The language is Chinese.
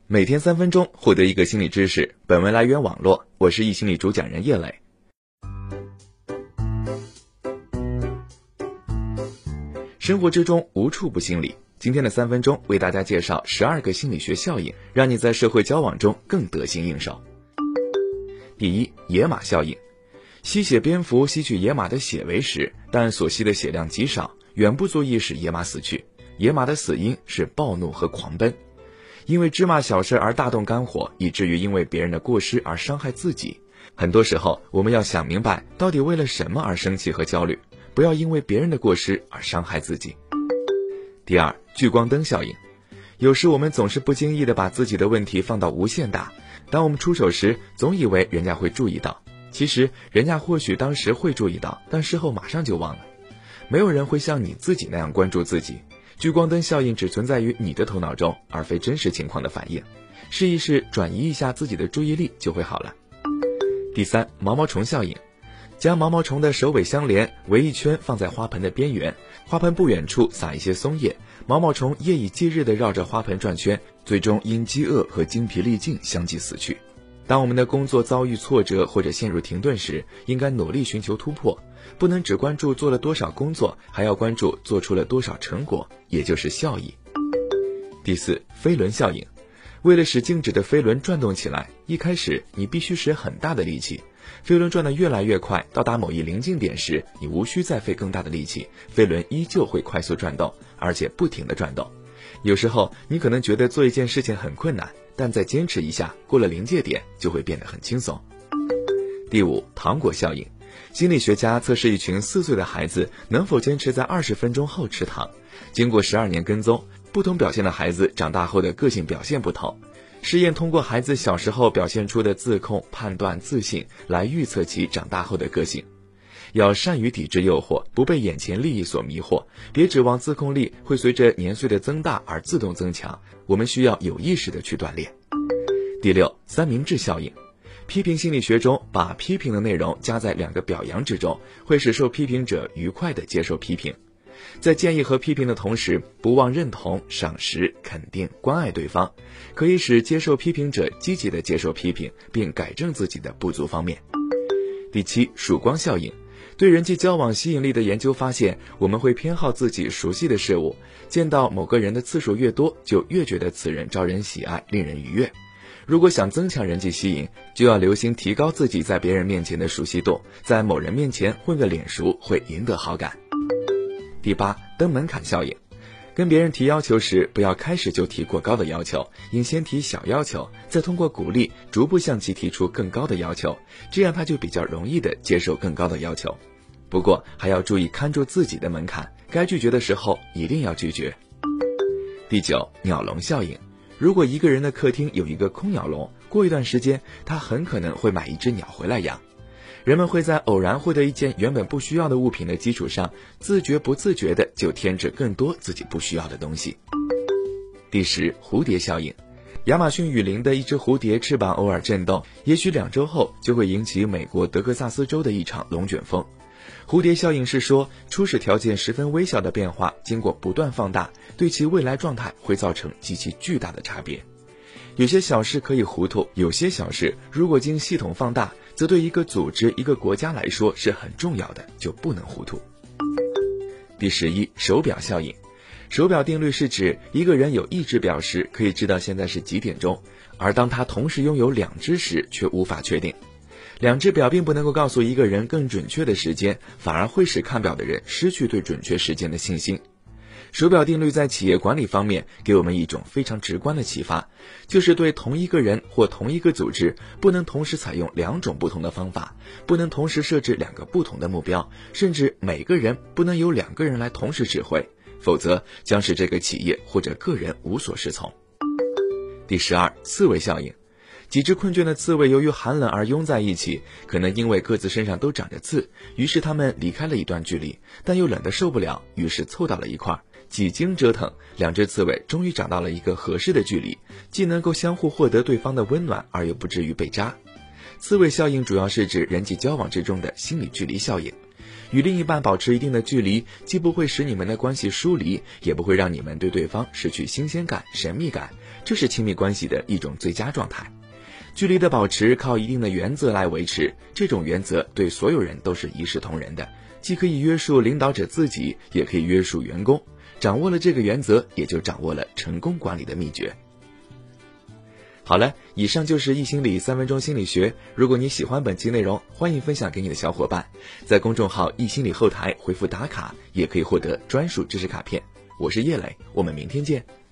每天3分钟获得一个心理知识。本文来源网络，我是易心理主讲人叶磊。生活之中无处不心理，今天的3分钟为大家介绍12个心理学效应，让你在社会交往中更得心应手。第一，野马效应。吸血蝙蝠吸取野马的血为食，但所吸的血量极少，远不足以使野马死去。野马的死因是暴怒和狂奔。因为芝麻小事而大动肝火，以至于因为别人的过失而伤害自己。很多时候，我们要想明白到底为了什么而生气和焦虑，不要因为别人的过失而伤害自己。第二，聚光灯效应。有时我们总是不经意地把自己的问题放到无限大，当我们出手时，总以为人家会注意到，其实人家或许当时会注意到，但事后马上就忘了。没有人会像你自己那样关注自己。聚光灯效应只存在于你的头脑中，而非真实情况的反应。试一试转移一下自己的注意力就会好了。第三，毛毛虫效应。将毛毛虫的首尾相连，围一圈放在花盆的边缘，花盆不远处撒一些松叶，毛毛虫夜以继日地绕着花盆转圈，最终因饥饿和精疲力尽相继死去。当我们的工作遭遇挫折或者陷入停顿时，应该努力寻求突破，不能只关注做了多少工作，还要关注做出了多少成果，也就是效益。第四，飞轮效应。为了使静止的飞轮转动起来，一开始你必须使很大的力气，飞轮转得越来越快，到达某一临近点时，你无需再费更大的力气，飞轮依旧会快速转动，而且不停地转动。有时候你可能觉得做一件事情很困难，但再坚持一下，过了临界点就会变得很轻松。第五，糖果效应。心理学家测试一群4岁的孩子能否坚持在20分钟后吃糖，经过12年跟踪，不同表现的孩子长大后的个性表现不同。实验通过孩子小时候表现出的自控、判断、自信来预测其长大后的个性。要善于抵制诱惑，不被眼前利益所迷惑，别指望自控力会随着年岁的增大而自动增强，我们需要有意识地去锻炼。第六，三明治效应。批评心理学中把批评的内容加在2个表扬之中，会使受批评者愉快地接受批评。在建议和批评的同时，不忘认同、赏识、肯定、关爱对方，可以使接受批评者积极地接受批评，并改正自己的不足方面。第七，曙光效应。对人际交往吸引力的研究发现，我们会偏好自己熟悉的事物，见到某个人的次数越多，就越觉得此人招人喜爱，令人愉悦。如果想增强人际吸引，就要留心提高自己在别人面前的熟悉度，在某人面前混个脸熟会赢得好感。第八，登门槛效应。跟别人提要求时，不要开始就提过高的要求，应先提小要求，再通过鼓励逐步向其提出更高的要求，这样他就比较容易地接受更高的要求。不过还要注意看住自己的门槛，该拒绝的时候一定要拒绝。第九，鸟笼效应。如果一个人的客厅有一个空鸟笼，过一段时间他很可能会买一只鸟回来养。人们会在偶然获得一件原本不需要的物品的基础上，自觉不自觉地就添置更多自己不需要的东西。第十，蝴蝶效应。亚马逊雨林的一只蝴蝶翅膀偶尔震动，也许2周后就会引起美国德克萨斯州的一场龙卷风。蝴蝶效应是说，初始条件十分微小的变化，经过不断放大，对其未来状态会造成极其巨大的差别。有些小事可以糊涂，有些小事如果经系统放大，则对一个组织、一个国家来说是很重要的，就不能糊涂。第11，手表效应。手表定律是指一个人有1只表时可以知道现在是几点钟，而当他同时拥有2只时却无法确定。2只表并不能够告诉一个人更准确的时间，反而会使看表的人失去对准确时间的信心。手表定律在企业管理方面给我们一种非常直观的启发，就是对同一个人或同一个组织，不能同时采用2种不同的方法，不能同时设置2个不同的目标，甚至每个人不能由2个人来同时指挥，否则将使这个企业或者个人无所适从。第12，刺猬效应。几只困倦的刺猬由于寒冷而拥在一起，可能因为各自身上都长着刺，于是它们离开了一段距离，但又冷得受不了，于是凑到了一块。几经折腾，2只刺猬终于找到了一个合适的距离，既能够相互获得对方的温暖，而又不至于被扎。刺猬效应主要是指人际交往之中的心理距离效应。 与另一半保持一定的距离，既不会使你们的关系疏离，也不会让你们对对方失去新鲜感、神秘感，这是亲密关系的一种最佳状态。距离的保持靠一定的原则来维持，这种原则对所有人都是一视同仁的，既可以约束领导者自己，也可以约束员工。掌握了这个原则，也就掌握了成功管理的秘诀。好了，以上就是易心理3分钟心理学。如果你喜欢本期内容，欢迎分享给你的小伙伴，在公众号易心理后台回复打卡，也可以获得专属知识卡片。我是叶磊，我们明天见。